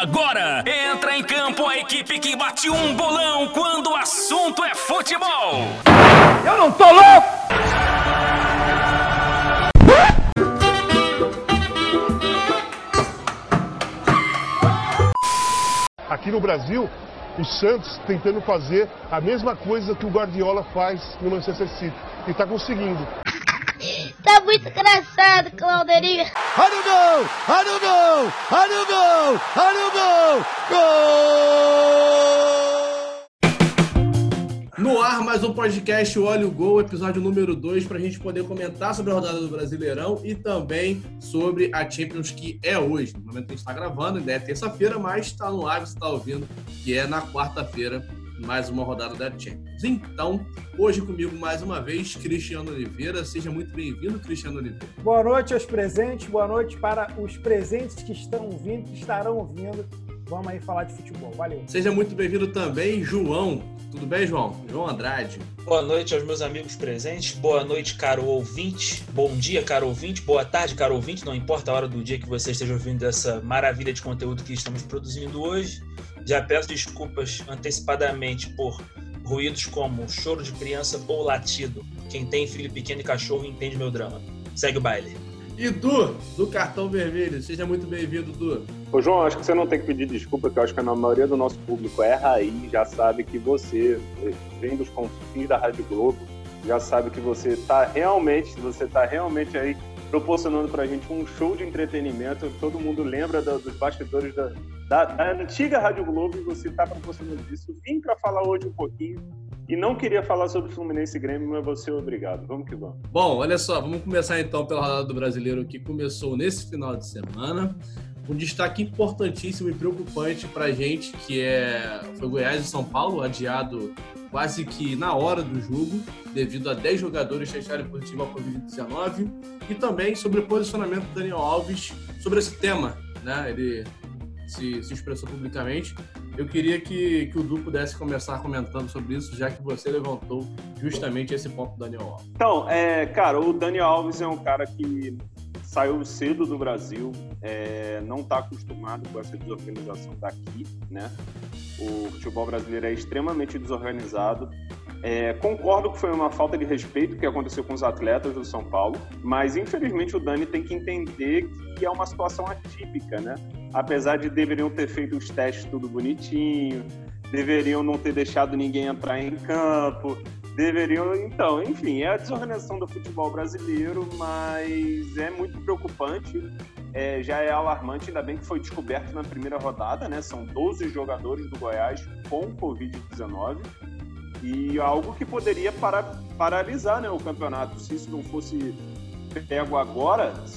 Agora, entra em campo a equipe que bate um bolão quando o assunto é futebol. Eu não tô louco! Aqui no Brasil, o Santos tentando fazer a mesma coisa que o Guardiola faz no Manchester City. E está conseguindo. Tá muito engraçado, Claudeirinho. Olha o gol! Olha o gol! Olha o gol! Olha o gol! Gol! No ar, mais um podcast Olha o Gol, episódio número 2, para a gente poder comentar sobre a rodada do Brasileirão e também sobre a Champions, que é hoje. No momento que a gente está gravando, ainda é terça-feira, mas está no ar, você está ouvindo, que é na quarta-feira, mais uma rodada da Champions. Então, hoje comigo mais uma vez, Cristiano Oliveira. Seja muito bem-vindo, Cristiano Oliveira. Boa noite aos presentes, boa noite para os presentes que estão vindo, que estarão vindo. Vamos aí falar de futebol. Valeu. Seja muito bem-vindo também, João. Tudo bem, João? João Andrade. Boa noite aos meus amigos presentes. Boa noite, caro ouvinte. Bom dia, caro ouvinte. Boa tarde, caro ouvinte. Não importa a hora do dia que você esteja ouvindo essa maravilha de conteúdo que estamos produzindo hoje. Já peço desculpas antecipadamente por ruídos como choro de criança ou latido. Quem tem filho pequeno e cachorro entende meu drama. Segue o baile. E Du, do Cartão Vermelho. Seja muito bem-vindo, Du. Ô João, acho que você não tem que pedir desculpa, porque eu acho que a maioria do nosso público é raiz, já sabe que você vem dos confins da Rádio Globo, já sabe que você está realmente aí proporcionando pra gente um show de entretenimento. Todo mundo lembra dos bastidores da antiga Rádio Globo, e você está proporcionando isso. Vim para falar hoje um pouquinho e não queria falar sobre Fluminense e Grêmio, mas você é obrigado. Vamos que vamos. Bom, olha só, vamos começar então pela rodada do Brasileiro, que começou nesse final de semana. Um destaque importantíssimo e preocupante pra gente, que foi Goiás e São Paulo, adiado quase que na hora do jogo, devido a 10 jogadores testarem positivo ao Covid-19, e também sobre o posicionamento do Daniel Alves sobre esse tema, né? Ele se expressou publicamente. Eu queria que o Du pudesse começar comentando sobre isso, já que você levantou justamente esse ponto do Daniel Alves. Então, cara, o Daniel Alves é um cara que saiu cedo do Brasil, não está acostumado com essa desorganização daqui, né? O futebol brasileiro é extremamente desorganizado. Concordo que foi uma falta de respeito que aconteceu com os atletas do São Paulo, mas infelizmente o Dani tem que entender que é uma situação atípica, né? Apesar de deveriam ter feito os testes tudo bonitinho, deveriam não ter deixado ninguém entrar em campo, então, enfim, é a desorganização do futebol brasileiro, mas é muito preocupante, já é alarmante, ainda bem que foi descoberto na primeira rodada, né? São 12 jogadores do Goiás com Covid-19, e algo que poderia paralisar, né, o campeonato, se isso não fosse pego agora, se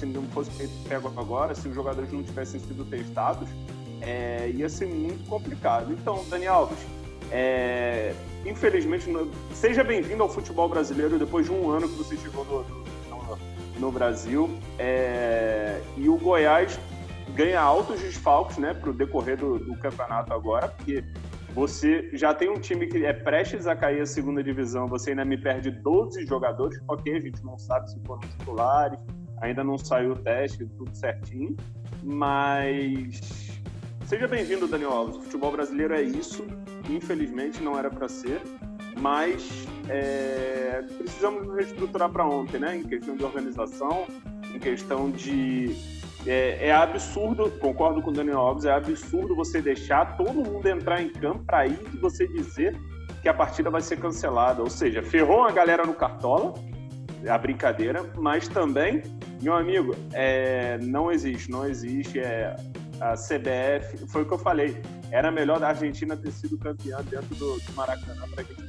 os jogadores não tivessem sido testados, ia ser muito complicado. Então, Dani Alves, infelizmente, seja bem-vindo ao futebol brasileiro depois de um ano que você chegou no Brasil, e o Goiás ganha altos desfalques, né, para o decorrer do campeonato agora, porque você já tem um time que é prestes a cair a segunda divisão, você ainda me perde 12 jogadores, ok, a gente não sabe se foram titulares, ainda não saiu o teste, tudo certinho, mas seja bem-vindo, Daniel Alves. O futebol brasileiro é isso, infelizmente não era para ser, mas precisamos nos reestruturar para ontem, né? Em questão de organização, em questão de... É absurdo, concordo com o Daniel Alves, é absurdo você deixar todo mundo entrar em campo para aí e você dizer que a partida vai ser cancelada. Ou seja, ferrou a galera no Cartola, a brincadeira, mas também, meu amigo, não existe. A CBF, foi o que eu falei, era melhor a Argentina ter sido campeã dentro do Maracanã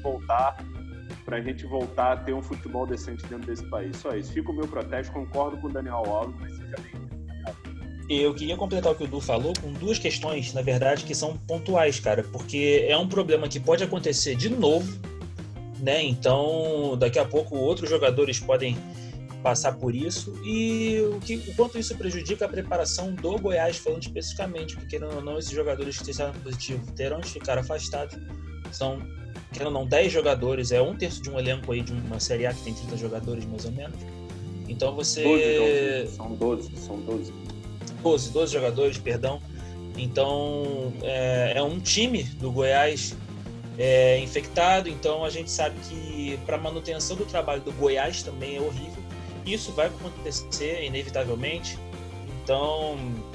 para a gente voltar a ter um futebol decente dentro desse país. Só isso. Fica o meu protesto, concordo com o Daniel Alves, mas seja bem-vindo. Eu queria completar o que o Du falou com duas questões, na verdade, que são pontuais, cara, porque é um problema que pode acontecer de novo, né? Então, daqui a pouco outros jogadores podem passar por isso, e o quanto isso prejudica a preparação do Goiás, falando especificamente, porque querendo ou não, esses jogadores que testaram positivo terão de ficar afastados. São, querendo ou não, 10 jogadores, um terço de um elenco aí de uma Série A que tem 30 jogadores, mais ou menos. Então você... 12 jogadores. São 12 jogadores, perdão. Então, é um time do Goiás infectado, então a gente sabe que para a manutenção do trabalho do Goiás também é horrível. Isso vai acontecer inevitavelmente, então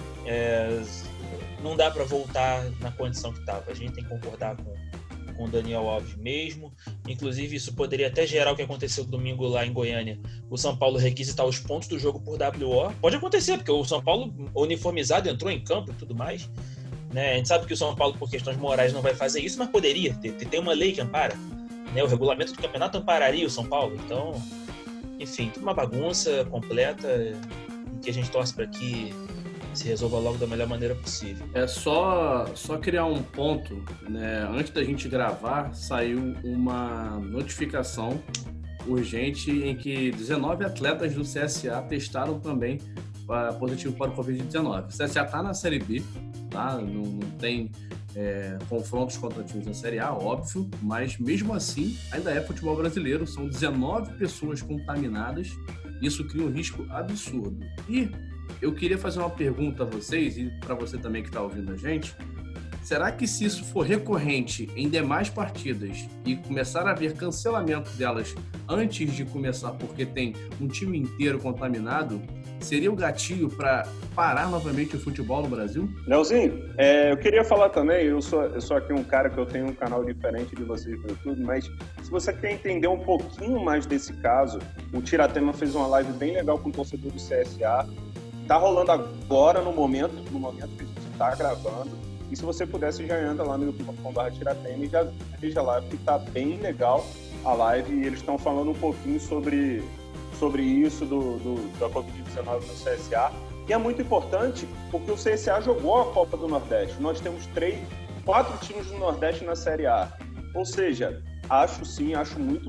não dá para voltar na condição que estava. A gente tem que concordar com o Daniel Alves mesmo. Inclusive, isso poderia até gerar o que aconteceu domingo lá em Goiânia. O São Paulo requisitar os pontos do jogo por WO. Pode acontecer, porque o São Paulo uniformizado entrou em campo e tudo mais. Né? A gente sabe que o São Paulo, por questões morais, não vai fazer isso, mas poderia. Tem uma lei que ampara. Né? O regulamento do campeonato ampararia o São Paulo. Então, enfim, uma bagunça completa que a gente torce para que se resolva logo da melhor maneira possível. É só criar um ponto, né? Antes da gente gravar, saiu uma notificação urgente em que 19 atletas do CSA testaram também positivo para o Covid-19. O CSA está na Série B, tá? Não tem confrontos contra times da Série A, óbvio, mas mesmo assim ainda é futebol brasileiro, são 19 pessoas contaminadas, isso cria um risco absurdo. E eu queria fazer uma pergunta a vocês e para você também que está ouvindo a gente. Será que se isso for recorrente em demais partidas e começar a haver cancelamento delas antes de começar porque tem um time inteiro contaminado, seria o gatilho para parar novamente o futebol no Brasil? Leozinho, eu queria falar também, eu sou aqui um cara que eu tenho um canal diferente de vocês no YouTube, mas se você quer entender um pouquinho mais desse caso, o Tiratema fez uma live bem legal com o torcedor do CSA. Tá rolando agora no momento que a gente está gravando. E se você puder, você já entra lá no youtube.com/Tiratema e já veja lá, porque tá bem legal a live. E eles estão falando um pouquinho sobre isso da Covid-19 no CSA. E é muito importante porque o CSA jogou a Copa do Nordeste. Nós temos 4 times do Nordeste na Série A. Ou seja, acho muito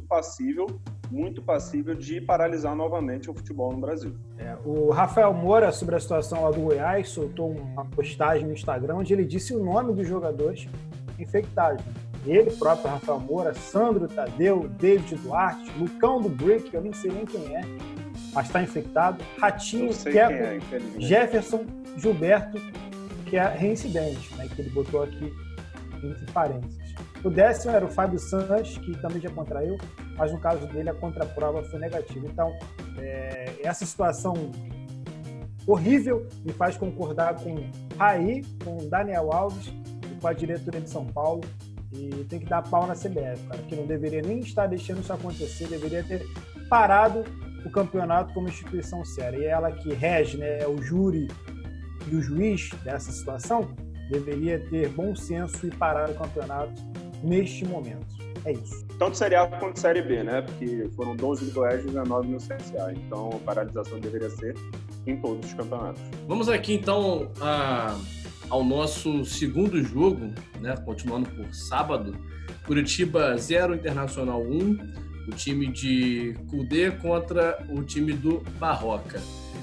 passível de paralisar novamente o futebol no Brasil. O Rafael Moura, sobre a situação lá do Goiás, soltou uma postagem no Instagram onde ele disse o nome dos jogadores infectados. Ele próprio, Rafael Moura, Sandro Tadeu, David Duarte, Lucão do Brick, eu nem sei nem quem é, mas está infectado, Ratinho, Keco, Jefferson, Gilberto, que é reincidente, né, que ele botou aqui entre parênteses. O 10º era o Fábio Santos, que também já contraiu, mas no caso dele a contraprova foi negativa. Então, essa situação horrível me faz concordar com Raí, com Daniel Alves e com a diretoria de São Paulo. E tem que dar pau na CBF, cara, que não deveria nem estar deixando isso acontecer, deveria ter parado o campeonato como instituição séria. E ela que rege, né, é o júri e o juiz dessa situação, deveria ter bom senso e parar o campeonato neste momento. É isso. Tanto Série A quanto Série B, né? Porque foram 12 do Goiás e 19 no CSA. Então, a paralisação deveria ser em todos os campeonatos. Vamos aqui, então, ao nosso segundo jogo, né? Continuando por sábado. Curitiba 0, Internacional 1. O time de Kudê contra o time do Barroca.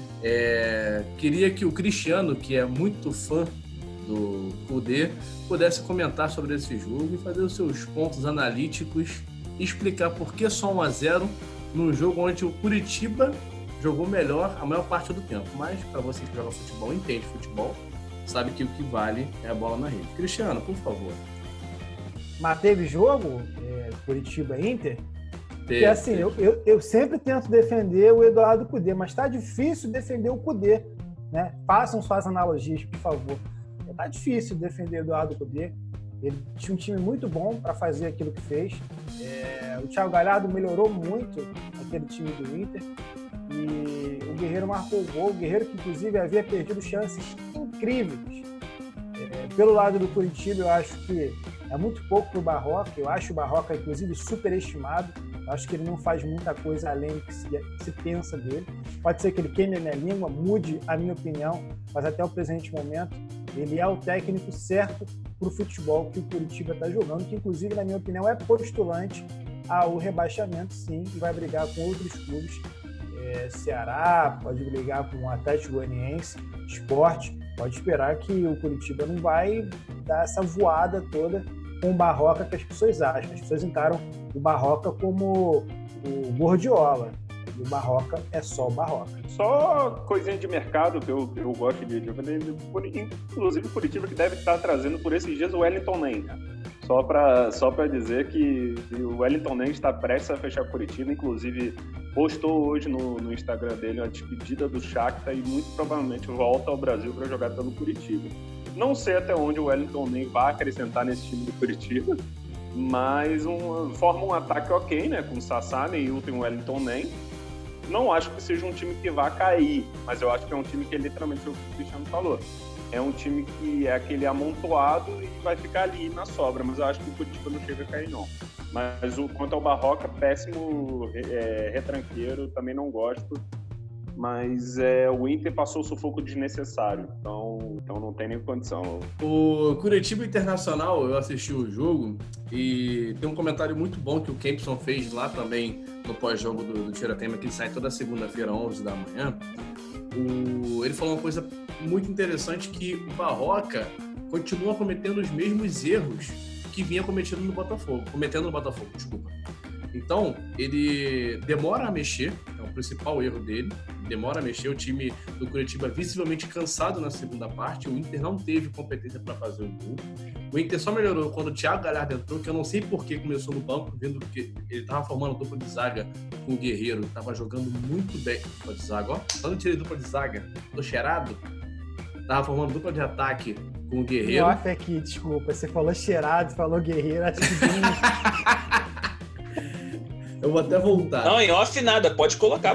Queria que o Cristiano, que é muito fã do Kudê, pudesse comentar sobre esse jogo e fazer os seus pontos analíticos e explicar por que só 1-0 num jogo onde o Curitiba jogou melhor a maior parte do tempo. Mas, para você que joga futebol, entende futebol, sabe que o que vale é a bola na rede. Cristiano, por favor. Mas teve jogo? Curitiba-Inter? Porque assim, eu sempre tento defender o Eduardo Kudê, mas tá difícil defender o Kudê, né? Façam suas analogias, por favor. Tá difícil defender o Eduardo Kudê. Ele tinha um time muito bom para fazer aquilo que fez. O Thiago Galhardo melhorou muito aquele time do Inter. E o Guerreiro marcou o gol. O Guerreiro que, inclusive, havia perdido chances incríveis. Pelo lado do Curitiba, eu acho que é muito pouco para o Barroca. Eu acho o Barroca, inclusive, superestimado. Eu acho que ele não faz muita coisa além do que se pensa dele. Pode ser que ele queime a minha língua, mude a minha opinião, mas até o presente momento ele é o técnico certo para o futebol que o Curitiba está jogando, que inclusive, na minha opinião, é postulante ao rebaixamento, sim, e vai brigar com outros clubes. Ceará, pode brigar com o Atlético Goianiense, Sport. Pode esperar que o Curitiba não vai dar essa voada toda com o Barroca que as pessoas acham. As pessoas encaram o Barroca como o Gordiola. E o Barroca é só o Barroca. Só coisinha de mercado que eu gosto de ver, inclusive Curitiba, que deve estar trazendo por esses dias o Wellington Nem, né? Só para dizer que o Wellington Nem está prestes a fechar Curitiba, inclusive postou hoje no Instagram dele a despedida do Shakhtar e muito provavelmente volta ao Brasil para jogar pelo Curitiba. Não sei até onde o Wellington Nem vai acrescentar nesse time do Curitiba, mas forma um ataque ok, né? Com Sassá, Neilton e Wellington Nem. Não acho que seja um time que vá cair, mas eu acho que é um time que literalmente o Cristiano falou. É um time que é aquele amontoado e vai ficar ali na sobra, mas eu acho que o Curitiba não chega a cair, não. Mas quanto ao Barroca, péssimo retranqueiro, também não gosto. Mas o Inter passou o sufoco desnecessário, então não tem nem condição. O Curitiba Internacional, eu assisti o jogo e tem um comentário muito bom que o Kempson fez lá também no pós-jogo do Tiratema, que ele sai toda segunda-feira, 11 da manhã. Ele falou uma coisa muito interessante, que o Barroca continua cometendo os mesmos erros que vinha cometendo no Botafogo. Então, ele demora a mexer, é o principal erro dele, demora a mexer. O time do Curitiba visivelmente cansado na segunda parte, o Inter não teve competência para fazer o gol. O Inter só melhorou quando o Thiago Galhardo entrou, que eu não sei por que começou no banco, vendo que ele estava formando dupla de zaga com o Guerreiro, estava jogando muito bem dupla de zaga. Ó, quando eu tirei dupla de zaga, tô cheirado, estava formando dupla de ataque com o Guerreiro. Off aqui, desculpa, você falou cheirado, falou Guerreiro, acho que bem... Eu vou até voltar. Não, em off nada, pode colocar.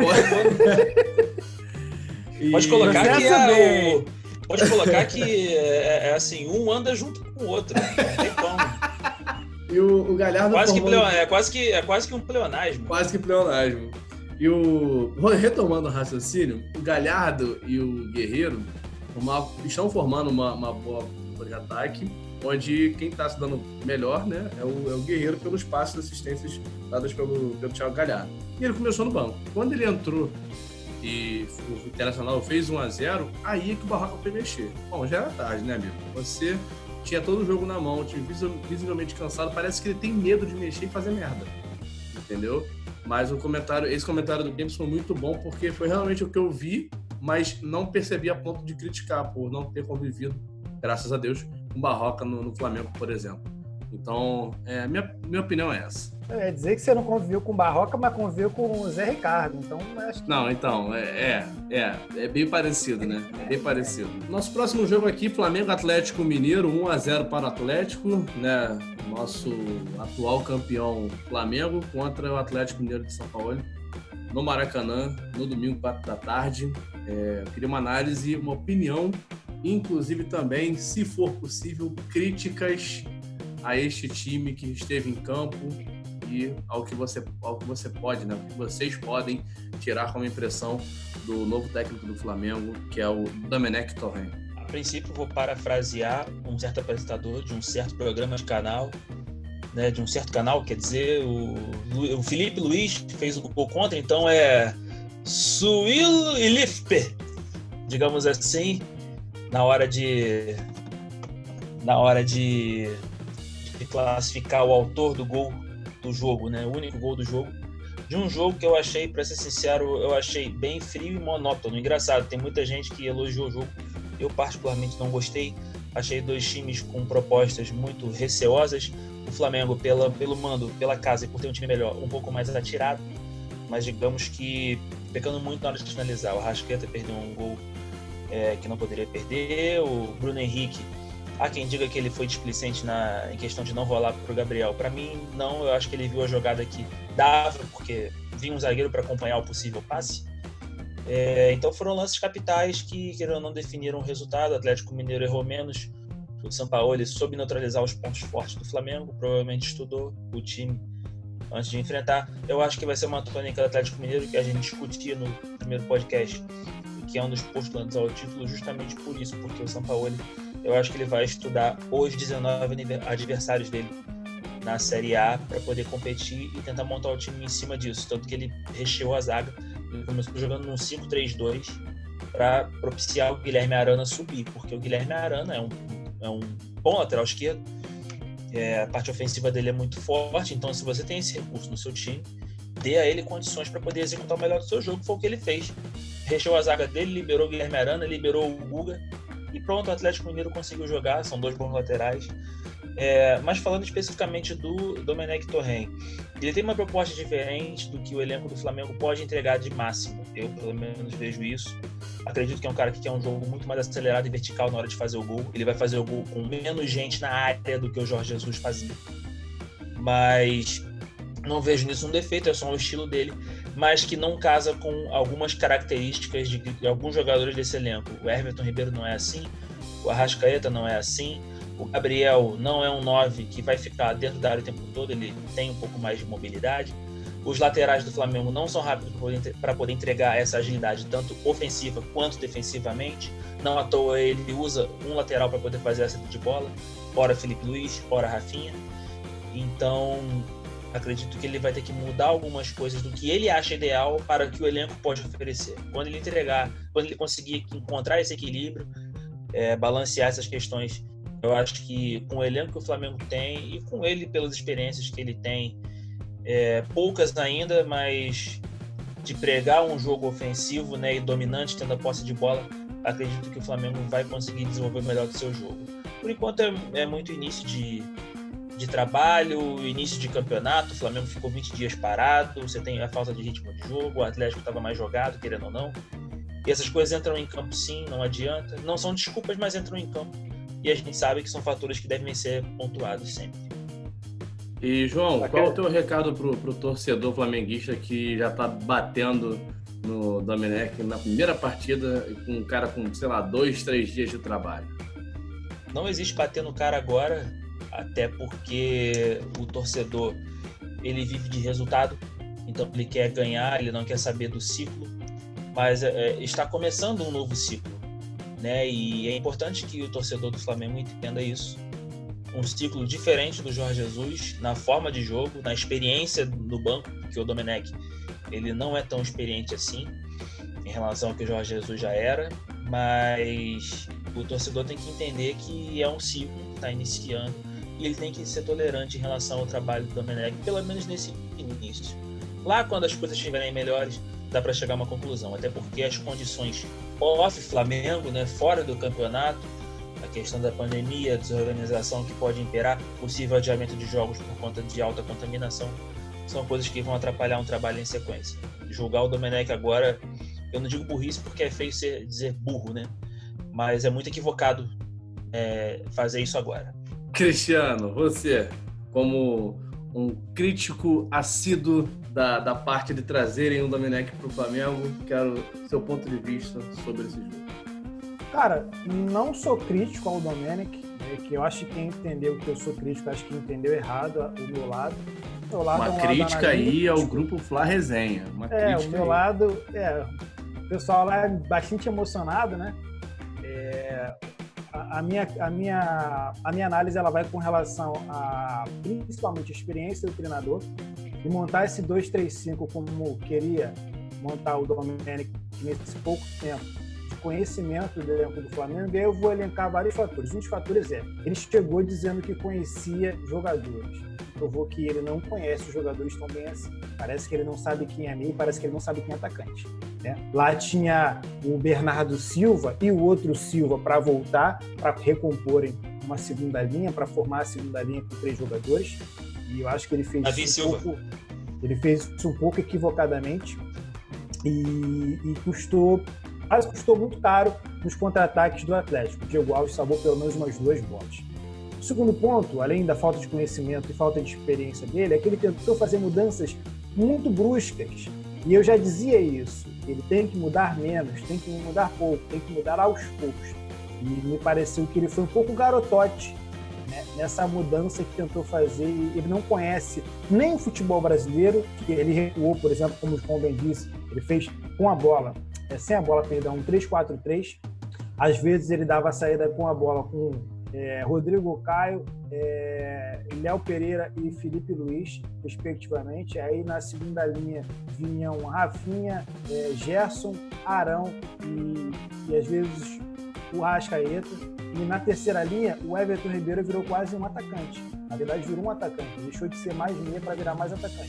Pode colocar que pode colocar que é assim, um anda junto com o outro. Não tem como. E o Galhardo... É quase que um pleonasmo. Quase que pleonasmo. E retomando o raciocínio, o Galhardo e o Guerreiro estão formando uma boa de ataque, onde quem está se dando melhor, né, é o Guerreiro pelos passes e assistências dadas pelo Thiago Galhardo. E ele começou no banco. Quando ele entrou e o Internacional fez 1-0, aí é que o Barroca foi mexer. Bom, já era tarde, né, amigo? Você tinha todo o jogo na mão, o time visivelmente cansado, parece que ele tem medo de mexer e fazer merda. Entendeu? Mas esse comentário do Games foi muito bom, porque foi realmente o que eu vi, mas não percebi a ponto de criticar por não ter convivido, graças a Deus, com Barroca no Flamengo, por exemplo. Então, minha opinião é essa. É dizer que você não conviveu com Barroca, mas conviveu com o Zé Ricardo. Então, acho que... Não, então, é bem parecido, né? É bem parecido. Nosso próximo jogo aqui, Flamengo Atlético Mineiro, 1-0 para o Atlético, né? Nosso atual campeão Flamengo contra o Atlético Mineiro de São Paulo, no Maracanã, no domingo, 4 da tarde. Eu queria uma análise, uma opinião, inclusive também, se for possível, críticas a este time que esteve em campo e ao que você pode, né? O que vocês podem tirar como impressão do novo técnico do Flamengo, que é o Domenech Torrent. A princípio, vou parafrasear um certo apresentador de um certo programa de canal, né? De um certo canal, quer dizer, o Felipe Luiz fez o gol contra, então é Suil e Lifpe, digamos assim, na hora de classificar o autor do gol do jogo, né? O único gol do jogo. De um jogo que eu achei, para ser sincero, eu achei bem frio e monótono. Engraçado, tem muita gente que elogiou o jogo. Eu particularmente não gostei. Achei dois times com propostas muito receosas. O Flamengo, pelo mando, pela casa e por ter um time melhor, um pouco mais atirado. Mas digamos que pecando muito na hora de finalizar. O Arrascaeta perdeu um gol que não poderia perder. O Bruno Henrique, há quem diga que ele foi displicente em questão de não rolar para o Gabriel. Para mim, não. Eu acho que ele viu a jogada que dava, porque vinha um zagueiro para acompanhar o possível passe. Então foram lances capitais que, querendo ou não, definiram o resultado. O Atlético Mineiro errou menos. O Sampaoli soube neutralizar os pontos fortes do Flamengo. Provavelmente estudou o time antes de enfrentar. Eu acho que vai ser uma tônica do Atlético Mineiro, que a gente discutia no primeiro podcast, que é um dos postulantes ao título, justamente por isso, porque o Sampaoli, eu acho que ele vai estudar os 19 adversários dele na Série A para poder competir e tentar montar o time em cima disso. Tanto que ele recheou a zaga, ele começou jogando num 5-3-2 para propiciar o Guilherme Arana subir, porque o Guilherme Arana é um bom lateral esquerdo, a parte ofensiva dele é muito forte, então se você tem esse recurso no seu time, dê a ele condições para poder executar o melhor do seu jogo. Foi o que ele fez. Recheou a zaga dele, liberou o Guilherme Arana, liberou o Guga e pronto, o Atlético Mineiro conseguiu jogar. São 2 bons laterais. Mas falando especificamente do Domenech Torrent, ele tem uma proposta diferente do que o elenco do Flamengo pode entregar de máximo. Eu, pelo menos, vejo isso. Acredito que é um cara que quer um jogo muito mais acelerado e vertical na hora de fazer o gol. Ele vai fazer o gol com menos gente na área do que o Jorge Jesus fazia. Mas não vejo nisso um defeito, é só um estilo dele, mas que não casa com algumas características de alguns jogadores desse elenco. O Everton Ribeiro não é assim, o Arrascaeta não é assim, o Gabriel não é um 9 que vai ficar dentro da área o tempo todo, ele tem um pouco mais de mobilidade. Os laterais do Flamengo não são rápidos para poder entregar essa agilidade, tanto ofensiva quanto defensivamente. Não à toa ele usa um lateral para poder fazer essa de bola, ora Felipe Luiz, ora Rafinha. Então, acredito que ele vai ter que mudar algumas coisas do que ele acha ideal para que o elenco pode oferecer. Quando ele conseguir encontrar esse equilíbrio, balancear essas questões, eu acho que com o elenco que o Flamengo tem e com ele pelas experiências que ele tem, poucas ainda, mas de pregar um jogo ofensivo, né, e dominante, tendo a posse de bola, acredito que o Flamengo vai conseguir desenvolver o melhor do seu jogo. Por enquanto é muito início de trabalho, início de campeonato, o Flamengo ficou 20 dias parado, você tem a falta de ritmo de jogo, o Atlético estava mais jogado, querendo ou não. E essas coisas entram em campo sim, não adianta. Não são desculpas, mas entram em campo. E a gente sabe que são fatores que devem ser pontuados sempre. E, João, qual é o teu recado pro torcedor flamenguista que já tá batendo no Domenech na primeira partida com um cara com, 2, 3 dias de trabalho? Não existe bater no cara agora, até porque o torcedor, ele vive de resultado, então ele quer ganhar, ele não quer saber do ciclo, mas está começando um novo ciclo, né? E é importante que o torcedor do Flamengo entenda isso. Um ciclo diferente do Jorge Jesus na forma de jogo, na experiência no banco, porque o Domenech ele não é tão experiente assim em relação ao que o Jorge Jesus já era, mas o torcedor tem que entender que é um ciclo que está iniciando e ele tem que ser tolerante em relação ao trabalho do Domenech, pelo menos nesse início. Lá, quando as coisas estiverem melhores, dá para chegar a uma conclusão, até porque as condições off-Flamengo, né, fora do campeonato, a questão da pandemia, a desorganização que pode imperar, possível adiamento de jogos por conta de alta contaminação, são coisas que vão atrapalhar um trabalho em sequência. Julgar o Domenech agora, eu não digo burrice porque é feio dizer burro, né? Mas é muito equivocado fazer isso agora. Cristiano, você, como um crítico assíduo da parte de trazerem o Domenech para o Flamengo, quero seu ponto de vista sobre esse jogo. Cara, não sou crítico ao Domenech, que eu acho que quem entendeu que eu sou crítico, acho que entendeu errado o meu lado. Uma crítica aí ao Grupo Fla Resenha. O meu lado, o pessoal lá é bastante emocionado, né? A minha análise ela vai com relação a, principalmente, a experiência do treinador e montar esse 2-3-5 como queria montar o Domenech nesse pouco tempo de conhecimento do elenco do Flamengo. E aí eu vou elencar vários fatores. Um dos fatores ele chegou dizendo que conhecia jogadores. Provou que ele não conhece os jogadores tão bem assim. Parece que ele não sabe quem é meio, parece que ele não sabe quem é atacante. Né? Lá tinha o Bernardo Silva e o outro Silva para voltar, para recomporem uma segunda linha, para formar a segunda linha com 3 jogadores. E eu acho que ele fez isso um pouco equivocadamente e custou muito caro nos contra-ataques do Atlético. O Diego Alves salvou pelo menos umas 2 bolas. O segundo ponto, além da falta de conhecimento e falta de experiência dele, é que ele tentou fazer mudanças muito bruscas. E eu já dizia isso. Ele tem que mudar menos, tem que mudar pouco, tem que mudar aos poucos. E me pareceu que ele foi um pouco garotote, né, nessa mudança que tentou fazer. Ele não conhece nem o futebol brasileiro, que ele recuou, por exemplo, como o João bem disse, ele fez com a bola, sem a bola, perdão, um 3-4-3. Às vezes ele dava a saída com a bola com Rodrigo Caio, Léo Pereira e Felipe Luiz, respectivamente. Aí na segunda linha vinham Rafinha, Gerson, Arão e às vezes o Arrascaeta. E na terceira linha, o Everton Ribeiro virou quase um atacante. Na verdade, virou um atacante. Deixou de ser mais meia para virar mais atacante.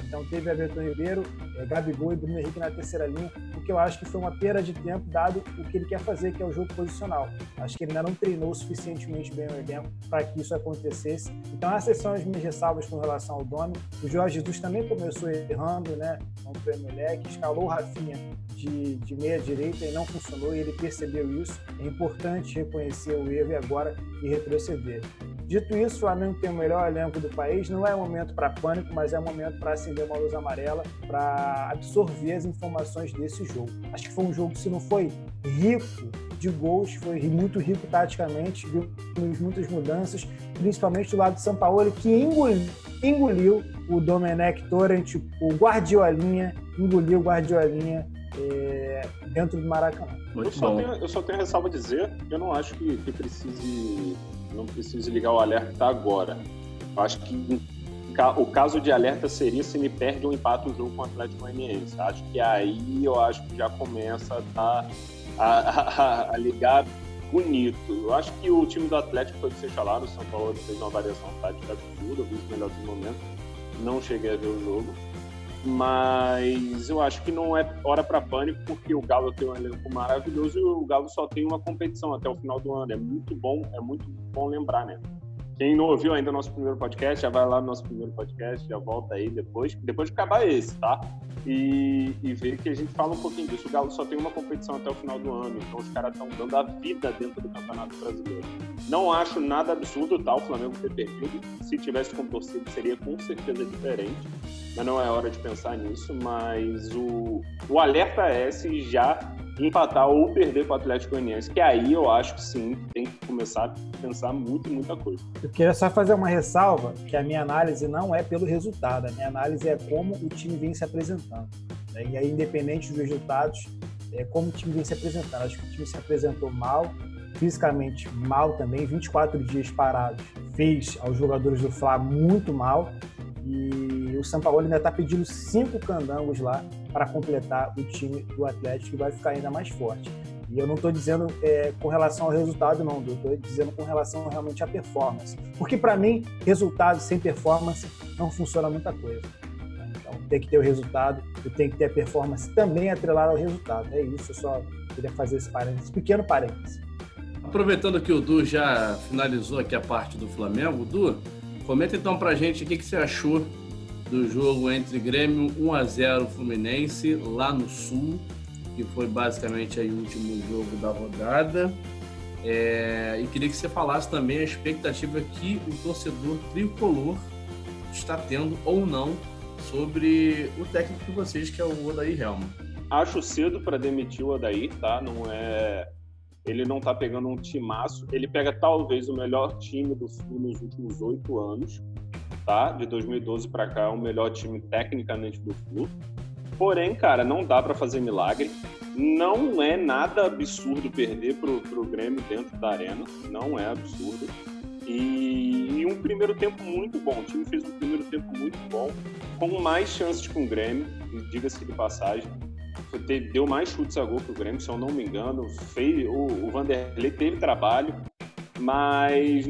Então teve Everton Ribeiro, Gabigol e Bruno Henrique na terceira linha, o que eu acho que foi uma perda de tempo, dado o que ele quer fazer, que é o jogo posicional. Acho que ele ainda não treinou suficientemente bem o elenco para que isso acontecesse. Então essas são as minhas ressalvas com relação ao Domi. O Jorge Jesus também começou errando, né? Contra o Emelec, escalou o Rafinha de meia direita e não funcionou, e ele percebeu isso. É importante reconhecer o erro e agora retroceder. Dito isso, o Flamengo tem o melhor elenco do país. Não é momento para pânico, mas é momento para acender uma luz amarela, para absorver as informações desse jogo. Acho que foi um jogo que, se não foi rico de gols, foi muito rico taticamente, vimos muitas mudanças, principalmente do lado de Sampaoli, que engoliu o Domenech Torrent, o Guardiolinha, engoliu o Guardiolinha dentro do Maracanã. Eu só tenho ressalva a dizer, eu não acho que não precise ligar o alerta agora. Eu acho que o caso de alerta seria se me perde ou empata o jogo com o Atlético Goianiense. Acho que aí já começa a ligar bonito. Eu acho que o time do Atlético foi o que vocês falaram, o São Paulo fez uma variação tática absurda, eu vi os melhores momentos, não cheguei a ver o jogo. Mas eu acho que não é hora para pânico, porque o Galo tem um elenco maravilhoso e o Galo só tem uma competição até o final do ano. É muito bom lembrar, né? Quem não ouviu ainda o nosso primeiro podcast, já vai lá no nosso primeiro podcast, já volta aí depois de acabar esse, tá? E ver que a gente fala um pouquinho disso. O Galo só tem uma competição até o final do ano, então os caras estão dando a vida dentro do Campeonato Brasileiro. Não acho nada absurdo, tá? O Flamengo ter perdido. Se tivesse com torcida, seria com certeza diferente. Mas não é hora de pensar nisso. Mas o alerta é se já empatar ou perder para o Atlético Goianiense, que aí eu acho que sim, tem que começar a pensar muita coisa. Eu queria só fazer uma ressalva, que a minha análise não é pelo resultado, a minha análise é como o time vem se apresentando. E aí, independente dos resultados, é como o time vem se apresentando. Acho que o time se apresentou mal, fisicamente mal também, 24 dias parados, fez aos jogadores do Fla muito mal, e o Sampaoli ainda está pedindo 5 candangos lá para completar o time do Atlético, que vai ficar ainda mais forte. E eu não estou dizendo com relação ao resultado, não, eu estou dizendo com relação realmente à performance. Porque, para mim, resultado sem performance não funciona muita coisa. Então, tem que ter o resultado e tem que ter a performance também atrelada ao resultado. É isso, eu só queria fazer esse parênteses, pequeno parênteses. Aproveitando que o Du já finalizou aqui a parte do Flamengo, Du, comenta então pra gente o que você achou do jogo entre Grêmio 1-0 Fluminense lá no Sul, que foi basicamente aí o último jogo da rodada. E queria que você falasse também a expectativa que o torcedor tricolor está tendo ou não sobre o técnico de vocês, que é o Odair Hellmann. Acho cedo para demitir o Odair, tá? Ele não tá pegando um timaço. Ele pega talvez o melhor time do Flu nos últimos 8 anos, tá? De 2012 para cá, é o melhor time tecnicamente do Flu. Porém, cara, não dá para fazer milagre. Não é nada absurdo perder pro Grêmio dentro da arena. Não é absurdo. E um primeiro tempo muito bom. O time fez um primeiro tempo muito bom, com mais chances com o Grêmio, diga-se de passagem. Deu mais chutes a gol pro Grêmio, se eu não me engano. O Vanderlei teve trabalho, mas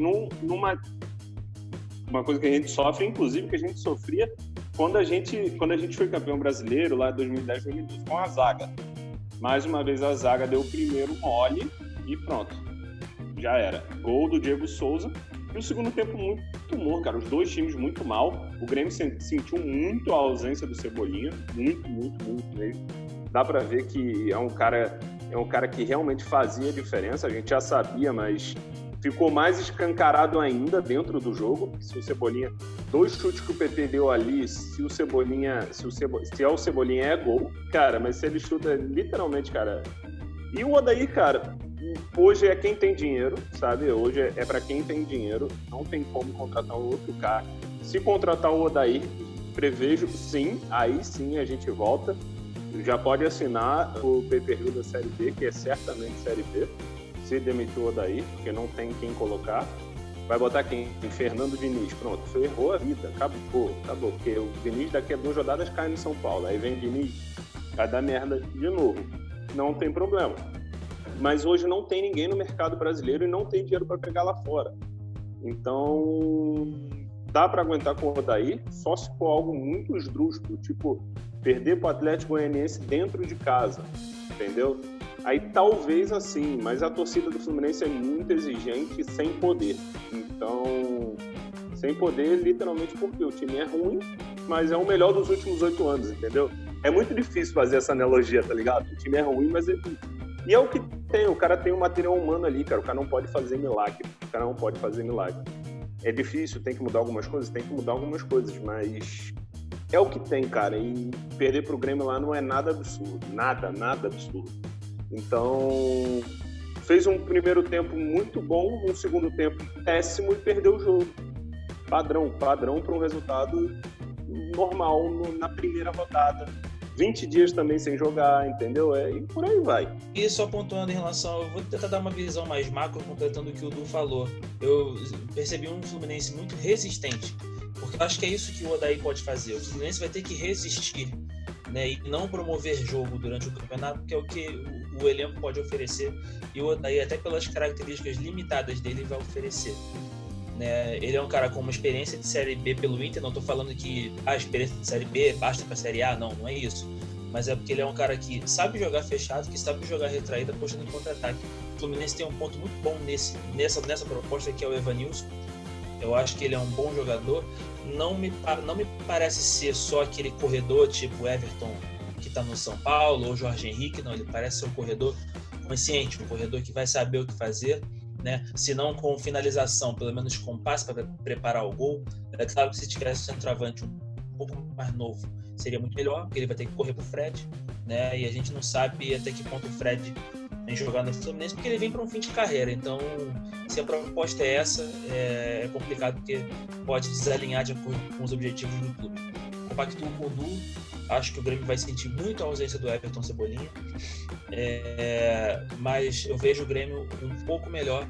uma coisa que a gente sofre, inclusive que a gente sofria quando a gente foi campeão brasileiro lá em 2010, 2012, com a zaga. Mais uma vez a zaga deu o primeiro mole e pronto, já era. Gol do Diego Souza. E o segundo tempo muito morno, cara. Os dois times muito mal. O Grêmio sentiu muito a ausência do Cebolinha. Muito mesmo. Dá pra ver que é um cara que realmente fazia diferença. A gente já sabia, mas ficou mais escancarado ainda dentro do jogo. Se o Cebolinha, 2 chutes que o PP deu ali, se é o Cebolinha é gol, cara, mas se ele chuta literalmente, cara. E o Odair, cara, hoje é quem tem dinheiro, sabe? Hoje é para quem tem dinheiro, não tem como contratar um outro cara. Se contratar o Odair, prevejo sim, aí sim a gente volta. Já pode assinar o pay-per-view da Série B, que é certamente Série B, se demitiu o Odair, porque não tem quem colocar. Vai botar quem? Fernando Diniz. Pronto, ferrou a vida, acabou. Porque o Diniz daqui a 2 rodadas cai no São Paulo. Aí vem Diniz, vai dar merda de novo. Não tem problema. Mas hoje não tem ninguém no mercado brasileiro e não tem dinheiro para pegar lá fora. Então, dá para aguentar com o Odair, só se for algo muito esdrúxulo, tipo perder para o Atlético Goianiense dentro de casa, entendeu? Aí talvez assim, mas a torcida do Fluminense é muito exigente sem poder. Então, sem poder literalmente porque o time é ruim, mas é o melhor dos últimos 8 anos, entendeu? É muito difícil fazer essa analogia, tá ligado? O time é ruim, mas é... E é o que tem, o cara tem um material humano ali, cara, o cara não pode fazer milagre, É difícil, tem que mudar algumas coisas, mas é o que tem, cara, e perder pro Grêmio lá não é nada absurdo, nada absurdo. Então, fez um primeiro tempo muito bom, um segundo tempo péssimo e perdeu o jogo. Padrão para um resultado normal na primeira rodada. 20 dias também sem jogar, entendeu? E por aí vai. E só pontuando em relação... Eu vou tentar dar uma visão mais macro, completando o que o Du falou. Eu percebi um Fluminense muito resistente, porque eu acho que é isso que o Odair pode fazer. O Fluminense vai ter que resistir, né, e não promover jogo durante o campeonato, que é o que o elenco pode oferecer. E o Odair, até pelas características limitadas dele, vai oferecer. Né? Ele é um cara com uma experiência de Série B pelo Inter, não estou falando que a experiência de Série B basta para Série A, não é isso. Mas é porque ele é um cara que sabe jogar fechado, que sabe jogar retraído, apostando em contra-ataque. O Fluminense tem um ponto muito bom nessa proposta, que é o Evanilson. Eu acho que ele é um bom jogador. Não me parece ser só aquele corredor tipo Everton, que está no São Paulo, ou Jorge Henrique, não. Ele parece ser um corredor consciente, um corredor que vai saber o que fazer, né? Se não com finalização, pelo menos com passe para preparar o gol. É claro que se tivesse um centroavante um pouco mais novo, seria muito melhor, porque ele vai ter que correr pro Fred, né? E a gente não sabe até que ponto o Fred vem jogar no Fluminense, porque ele vem para um fim de carreira. Então, se a proposta é essa, é complicado, porque pode desalinhar de acordo com os objetivos do clube. Compactuo com o Du, acho que o Grêmio vai sentir muito a ausência do Everton Cebolinha, mas eu vejo o Grêmio um pouco melhor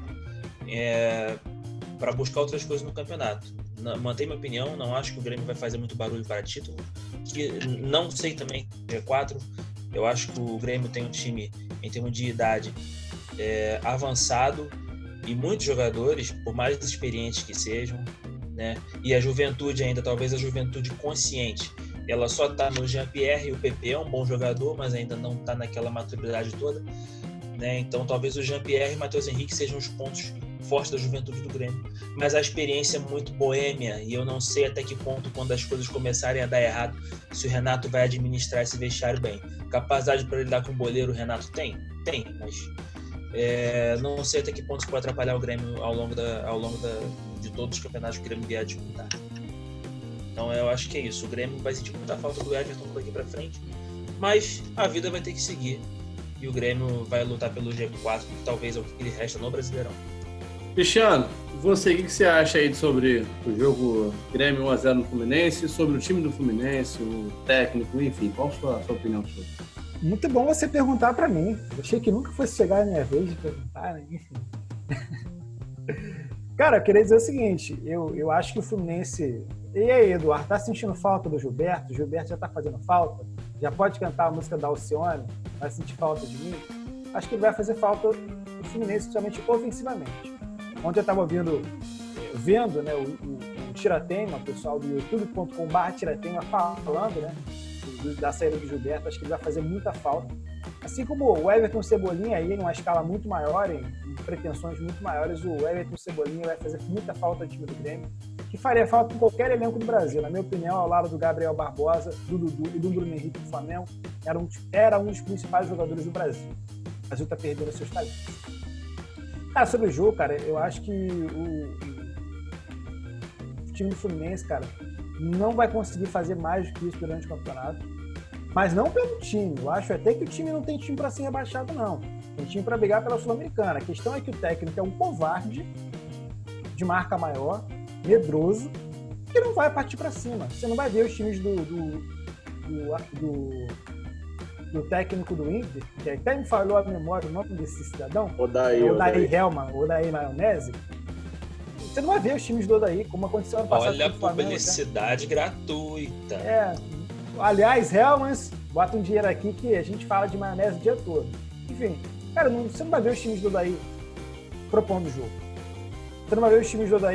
para buscar outras coisas no campeonato. Mantenho minha opinião, não acho que o Grêmio vai fazer muito barulho para título, que não sei também G4. Eu acho que o Grêmio tem um time, em termos de idade, avançado, e muitos jogadores, por mais experientes que sejam, né? E a juventude ainda, talvez a juventude consciente, ela só está no Jean-Pierre, e o PP é um bom jogador, mas ainda não está naquela maturidade toda, né? Então talvez o Jean-Pierre e o Matheus Henrique sejam os pontos fortes da juventude do Grêmio, mas a experiência é muito boêmia, e eu não sei até que ponto, quando as coisas começarem a dar errado, se o Renato vai administrar esse vestiário bem. Capacidade para lidar com o boleiro o Renato tem, mas não sei até que ponto isso pode atrapalhar o Grêmio ao longo de todos os campeonatos que o Grêmio vier a disputar. Então eu acho que é isso. O Grêmio vai sentir muita falta do Everton daqui para frente, mas a vida vai ter que seguir, e o Grêmio vai lutar pelo G4, que talvez é o que lhe resta no Brasileirão. Cristiano, você, o que você acha aí sobre o jogo Grêmio 1-0 no Fluminense, sobre o time do Fluminense, o técnico, enfim, qual a sua opinião sobre isso? Muito bom você perguntar para mim. Eu achei que nunca fosse chegar a minha vez de perguntar, né? Enfim. Cara, eu queria dizer o seguinte, eu acho que o Fluminense... E aí, Eduardo, tá sentindo falta do Gilberto? O Gilberto já tá fazendo falta? Já pode cantar a música da Alcione? Vai sentir falta de mim? Acho que ele vai fazer falta do Fluminense, principalmente ofensivamente. Ontem eu estava vendo, né, o Tiratema, o pessoal do youtube.com/Tiratema falando, né, da saída do Gilberto. Acho que ele vai fazer muita falta. Assim como o Everton Cebolinha, aí, em uma escala muito maior, em pretensões muito maiores, o Everton Cebolinha vai fazer muita falta ao time do Grêmio, que faria falta em qualquer elenco do Brasil. Na minha opinião, ao lado do Gabriel Barbosa, do Dudu e do Bruno Henrique do Flamengo, era um dos principais jogadores do Brasil. O Brasil está perdendo seus talentos. Cara, sobre o jogo, cara, eu acho que o time do Fluminense, cara, não vai conseguir fazer mais do que isso durante o campeonato. Mas não pelo time. Eu acho até que o time não tem time para ser rebaixado, não. Tem time para brigar pela Sul-Americana. A questão é que o técnico é um covarde, de marca maior, medroso, que não vai partir para cima. Você não vai ver os times do técnico do Inter, que até me falou a memória o nome desse cidadão, Odair Helman, Odair Maionese. Você não vai ver os times do Odair, como aconteceu ano passado. Olha a publicidade gratuita. Aliás, Helmans, bota um dinheiro aqui que a gente fala de maionese o dia todo. Enfim, cara, você não vai ver os times do Odair propondo o jogo. Você não vai ver os times do Odair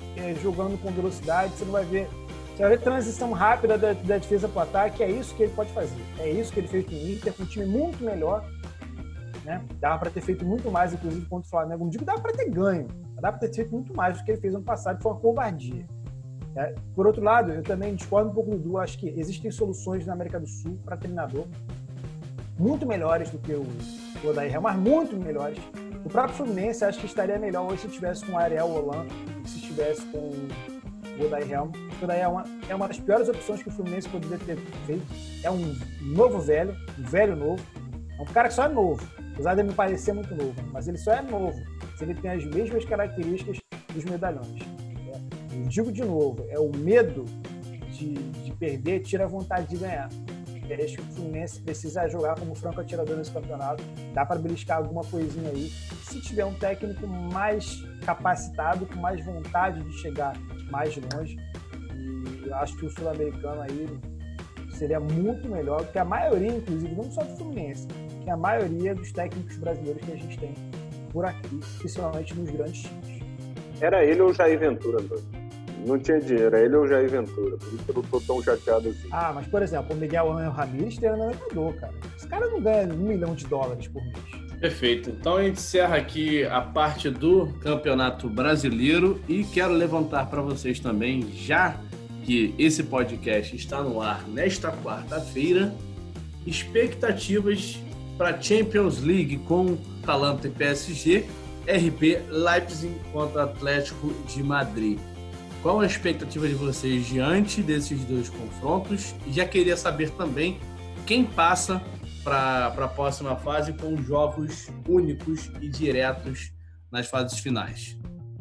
jogando com velocidade, você vai ver transição rápida da defesa para o ataque, é isso que ele pode fazer. É isso que ele fez com o Inter, com um time muito melhor, né? Dava para ter feito muito mais, inclusive, contra o Flamengo. Não digo que dava para ter ganho, mas dava para ter feito muito mais do que ele fez ano passado, que foi uma covardia. Por outro lado, eu também discordo um pouco do Du. Acho que existem soluções na América do Sul para treinador muito melhores do que o Odair Helma, mas muito melhores. O próprio Fluminense acho que estaria melhor hoje se tivesse com o Ariel Holan, se tivesse com o Odair Helma. O Odair Helma é uma das piores opções que o Fluminense poderia ter feito. É um novo velho, um velho novo. É um cara que só é novo, apesar de ele me parecer muito novo, mas ele só é novo se ele tem as mesmas características dos medalhões. Eu digo de novo, é o medo de perder, tira a vontade de ganhar. Eu acho que o Fluminense precisa jogar como franco atirador nesse campeonato. Dá para beliscar alguma coisinha aí. Se tiver um técnico mais capacitado, com mais vontade de chegar mais longe. E eu acho que o sul-americano aí seria muito melhor do que a maioria, inclusive, não só do Fluminense, que a maioria dos técnicos brasileiros que a gente tem por aqui, principalmente nos grandes times. Era ele ou o Jair Ventura, Antônio? Não tinha dinheiro, era ele ou o Jair Ventura. Por isso que eu não tô tão chateado assim. Ah, mas, por exemplo, o Miguel Ángel Ramírez tem no Equador, cara. Esse cara não ganha $1 milhão por mês. Perfeito. Então a gente encerra aqui a parte do Campeonato Brasileiro e quero levantar para vocês também, já que esse podcast está no ar nesta quarta-feira, expectativas para a Champions League com Atalanta e PSG, RB Leipzig contra Atlético de Madrid. Qual a expectativa de vocês diante desses dois confrontos? E já queria saber também quem passa para a próxima fase com jogos únicos e diretos nas fases finais.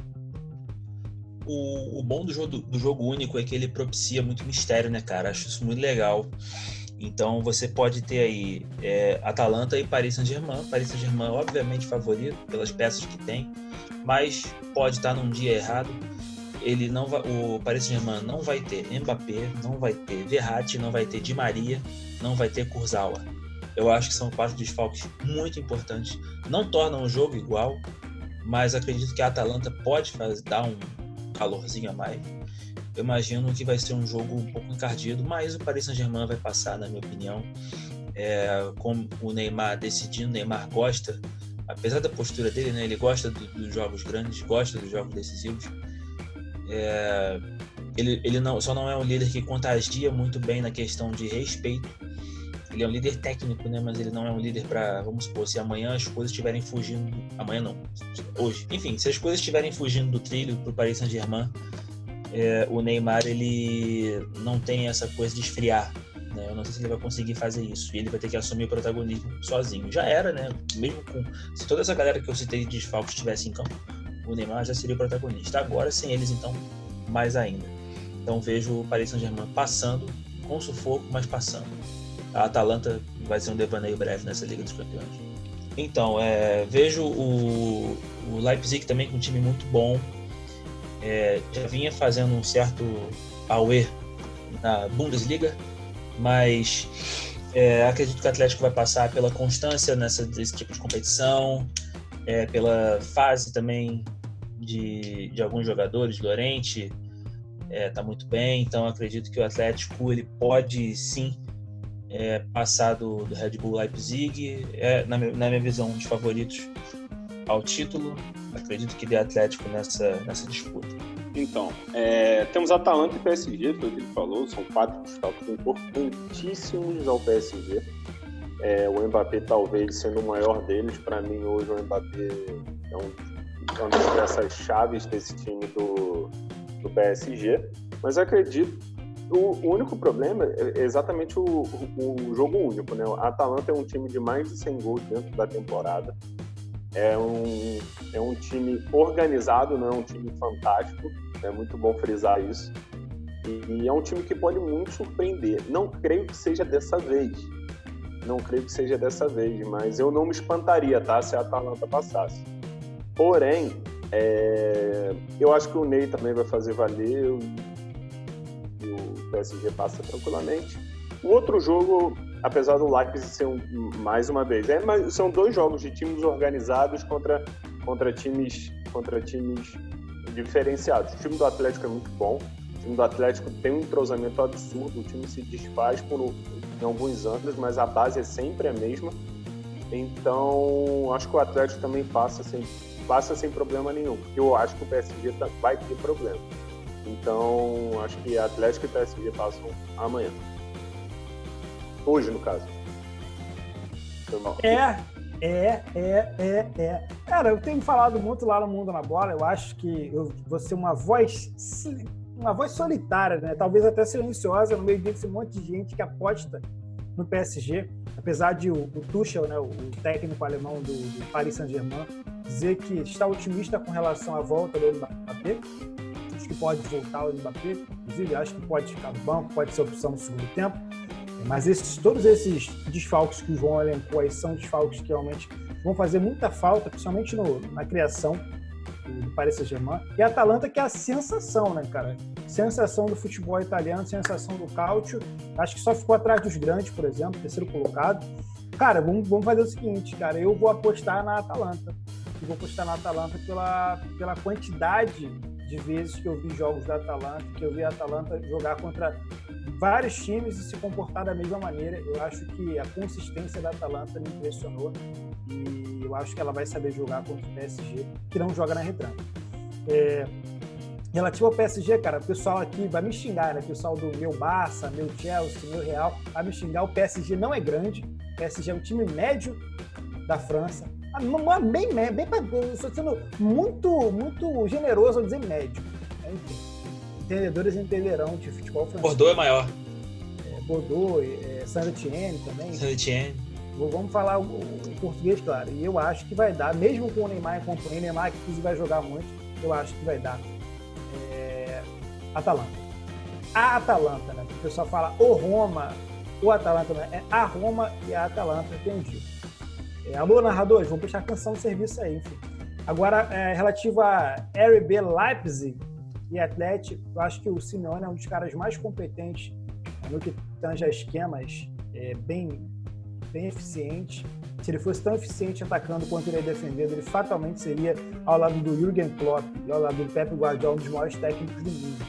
O bom do jogo único é que ele propicia muito mistério, né, cara? Acho isso muito legal. Então você pode ter aí Atalanta e Paris Saint-Germain. Paris Saint-Germain, obviamente, favorito pelas peças que tem, mas pode estar num dia errado. O Paris Saint-Germain não vai ter Mbappé, não vai ter Verratti, não vai ter Di Maria, não vai ter Kurzawa. Eu acho que são 4 desfalques muito importantes. Não tornam o jogo igual, mas acredito que a Atalanta pode dar um calorzinho a mais. Eu imagino que vai ser um jogo um pouco encardido, mas o Paris Saint-Germain vai passar, na minha opinião. Com o Neymar decidindo, o Neymar gosta, apesar da postura dele, né, ele gosta dos jogos grandes, gosta dos jogos decisivos. Ele só não é um líder que contagia muito bem na questão de respeito. Ele é um líder técnico, né? Mas ele não é um líder para, vamos supor, se amanhã as coisas estiverem fugindo... Amanhã não, hoje. Enfim, se as coisas estiverem fugindo do trilho para o Paris Saint-Germain, o Neymar, ele não tem essa coisa de esfriar, né? Eu não sei se ele vai conseguir fazer isso. E ele vai ter que assumir o protagonismo sozinho. Já era, né? Mesmo se toda essa galera que eu citei de desfalques estivesse em campo, o Neymar já seria o protagonista. Agora, sem eles, então, mais ainda. Então, vejo o Paris Saint-Germain passando, com sufoco, mas passando. A Atalanta vai ser um devaneio breve nessa Liga dos Campeões. Então, vejo o Leipzig também com um time muito bom. Já vinha fazendo um certo auê na Bundesliga, mas acredito que o Atlético vai passar pela constância desse tipo de competição, pela fase também de alguns jogadores. Llorente está muito bem, então acredito que o Atlético ele pode sim passar do Red Bull Leipzig. Na minha visão, um dos favoritos ao título. Acredito que dê Atlético nessa disputa. Então, temos Atalanta e PSG, foi o que ele falou, são 4 desfalques importantíssimos ao PSG. O Mbappé talvez sendo o maior deles. Para mim, hoje, o Mbappé é uma das peças chaves desse time do PSG. Mas acredito, o único problema é exatamente o jogo único, né? A Atalanta é um time de mais de 100 gols dentro da temporada. É um time organizado, não é um time fantástico. É muito bom frisar isso. E é um time que pode muito surpreender. Não creio que seja dessa vez. Mas eu não me espantaria, tá? Se a Atalanta passasse. Porém, eu acho que o Ney também vai fazer valer e o PSG passa tranquilamente. O outro jogo, apesar do Leipzig ser mais uma vez, mas são 2 jogos de times organizados contra times diferenciados. O time do Atlético é muito bom. O time do Atlético tem um entrosamento absurdo. O time se desfaz em alguns anos, mas a base é sempre a mesma. Então, acho que o Atlético também passa sem problema nenhum. Porque eu acho que o PSG vai ter problema. Então, acho que Atlético e PSG passam amanhã. Hoje, no caso. Cara, eu tenho falado muito lá no Mundo na Bola. Eu acho que eu vou ser uma voz solitária, né? Talvez até silenciosa no meio desse monte de gente que aposta no PSG. Apesar de o Tuchel, né, o técnico alemão do Paris Saint-Germain, dizer que está otimista com relação à volta do Mbappé. Acho que pode voltar o Mbappé. Inclusive, acho que pode ficar no banco, pode ser opção no segundo tempo. Mas todos esses desfalques que o João elencou aí são desfalques que realmente vão fazer muita falta, principalmente na criação do Paris Saint-Germain. E a Atalanta, que é a sensação, né, cara? Sensação do futebol italiano, sensação do Calcio. Acho que só ficou atrás dos grandes, por exemplo, terceiro colocado. Cara, vamos fazer o seguinte, cara. Eu vou apostar na Atalanta. Eu vou apostar na Atalanta pela quantidade de vezes que eu vi jogos da Atalanta, que eu vi a Atalanta jogar contra vários times e se comportar da mesma maneira. Eu acho que a consistência da Atalanta me impressionou e eu acho que ela vai saber jogar contra o PSG, que não joga na retranca. Relativo ao PSG, cara, o pessoal aqui vai me xingar, né? O pessoal do meu Barça, meu Chelsea, meu Real, vai me xingar. O PSG não é grande, o PSG é um time médio da França. Bem, estou sendo muito generoso ao dizer médio. Enfim, entendedores entenderão de futebol francês. Bordeaux é maior. Bordeaux, Saint-Étienne também. Saint-Étienne. Vamos falar o português, claro. E eu acho que vai dar, mesmo com o Neymar e companhia, Neymar que inclusive vai jogar muito, eu acho que vai dar Atalanta. A Atalanta, né? O pessoal fala o Roma, o Atalanta, né? É a Roma e a Atalanta, entendi. Alô, narradores, vamos prestar atenção no serviço aí, enfim. Agora, relativo a RB Leipzig e Atlético, eu acho que o Simeone é um dos caras mais competentes no que tange a esquemas bem eficiente. Se ele fosse tão eficiente atacando quanto ele é defendendo, ele fatalmente seria, ao lado do Jürgen Klopp e ao lado do Pep Guardiola, um dos maiores técnicos do mundo.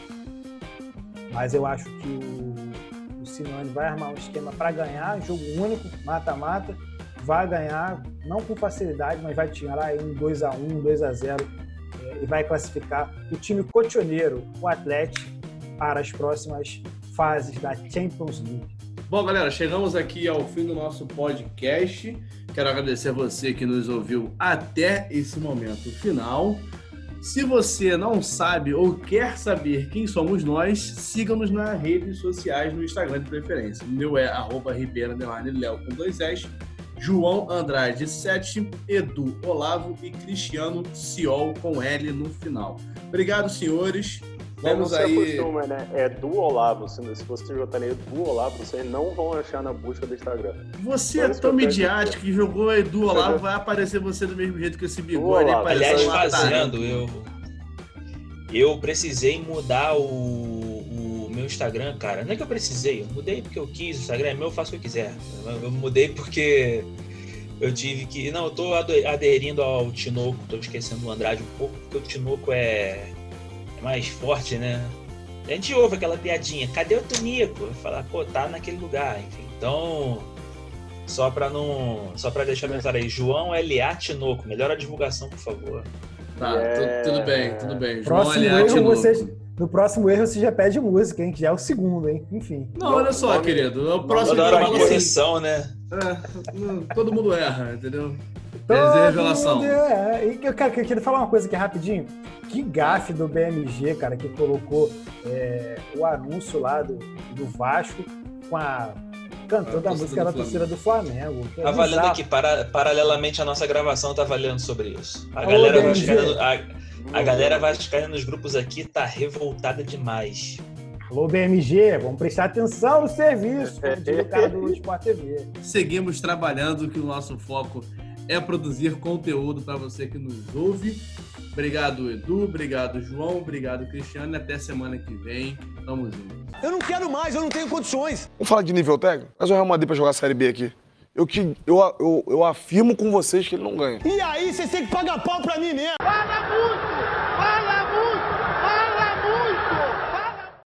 Mas eu acho que o Simeone vai armar um esquema para ganhar, jogo único, mata-mata, vai ganhar, não com facilidade, mas vai tirar aí um 2-1, 2-0 e vai classificar o time cotioneiro, o Atlético, para as próximas fases da Champions League. Bom, galera, chegamos aqui ao fim do nosso podcast. Quero agradecer a você que nos ouviu até esse momento final. Se você não sabe ou quer saber quem somos nós, siga-nos nas redes sociais, no Instagram de preferência. O meu é @ribeira_leo com 2 S, João Andrade 7, Edu Olavo e Cristiano Ciol com L no final. Obrigado, senhores. Vamos aí. Não se acostuma, né? É do Olavo. Se você botar nele do Olavo, vocês não vão achar na busca do Instagram. Você é tão midiático que jogou Edu Olavo, vai aparecer você do mesmo jeito que esse bigode. Aliás, fazendo, eu precisei mudar o meu Instagram, cara. Não é que eu precisei, eu mudei porque eu quis. O Instagram é meu, eu faço o que eu quiser. Eu mudei porque eu tive que... Não, eu tô aderindo ao Tinoco, tô esquecendo o Andrade um pouco, porque o Tinoco é mais forte, né? A gente ouve aquela piadinha, cadê o Tonico? Eu falo, pô, tá naquele lugar, enfim. Então, só pra deixar bem claro aí, João L.A. Tinoco, melhora a divulgação, por favor. Tá, tudo bem. João L.A. Tinoco. No próximo erro você já pede música, hein? Que já é o segundo, hein? Enfim. Não, olha só, querido. O próximo toda hora uma correção, né? Todo mundo erra, entendeu? Revelação. E eu queria falar uma coisa aqui rapidinho. Que gafe do BMG, cara, que colocou o anúncio lá do Vasco com a cantora da música da torcida do Flamengo. Tá valendo aqui, paralelamente à nossa gravação, tá valendo sobre isso. A galera vascaína nos grupos aqui tá revoltada demais. Alô, BMG, vamos prestar atenção no serviço, como diz o cara do Sport TV. Seguimos trabalhando, que o nosso foco é produzir conteúdo para você que nos ouve. Obrigado, Edu. Obrigado, João. Obrigado, Cristiano. E até semana que vem. Tamo junto. Eu não quero mais, eu não tenho condições. Vamos falar de nível técnico? Mas o Real Madrid pra jogar a Série B aqui. Eu afirmo com vocês que ele não ganha. E aí, vocês têm que pagar pau pra mim mesmo. Vagabundo!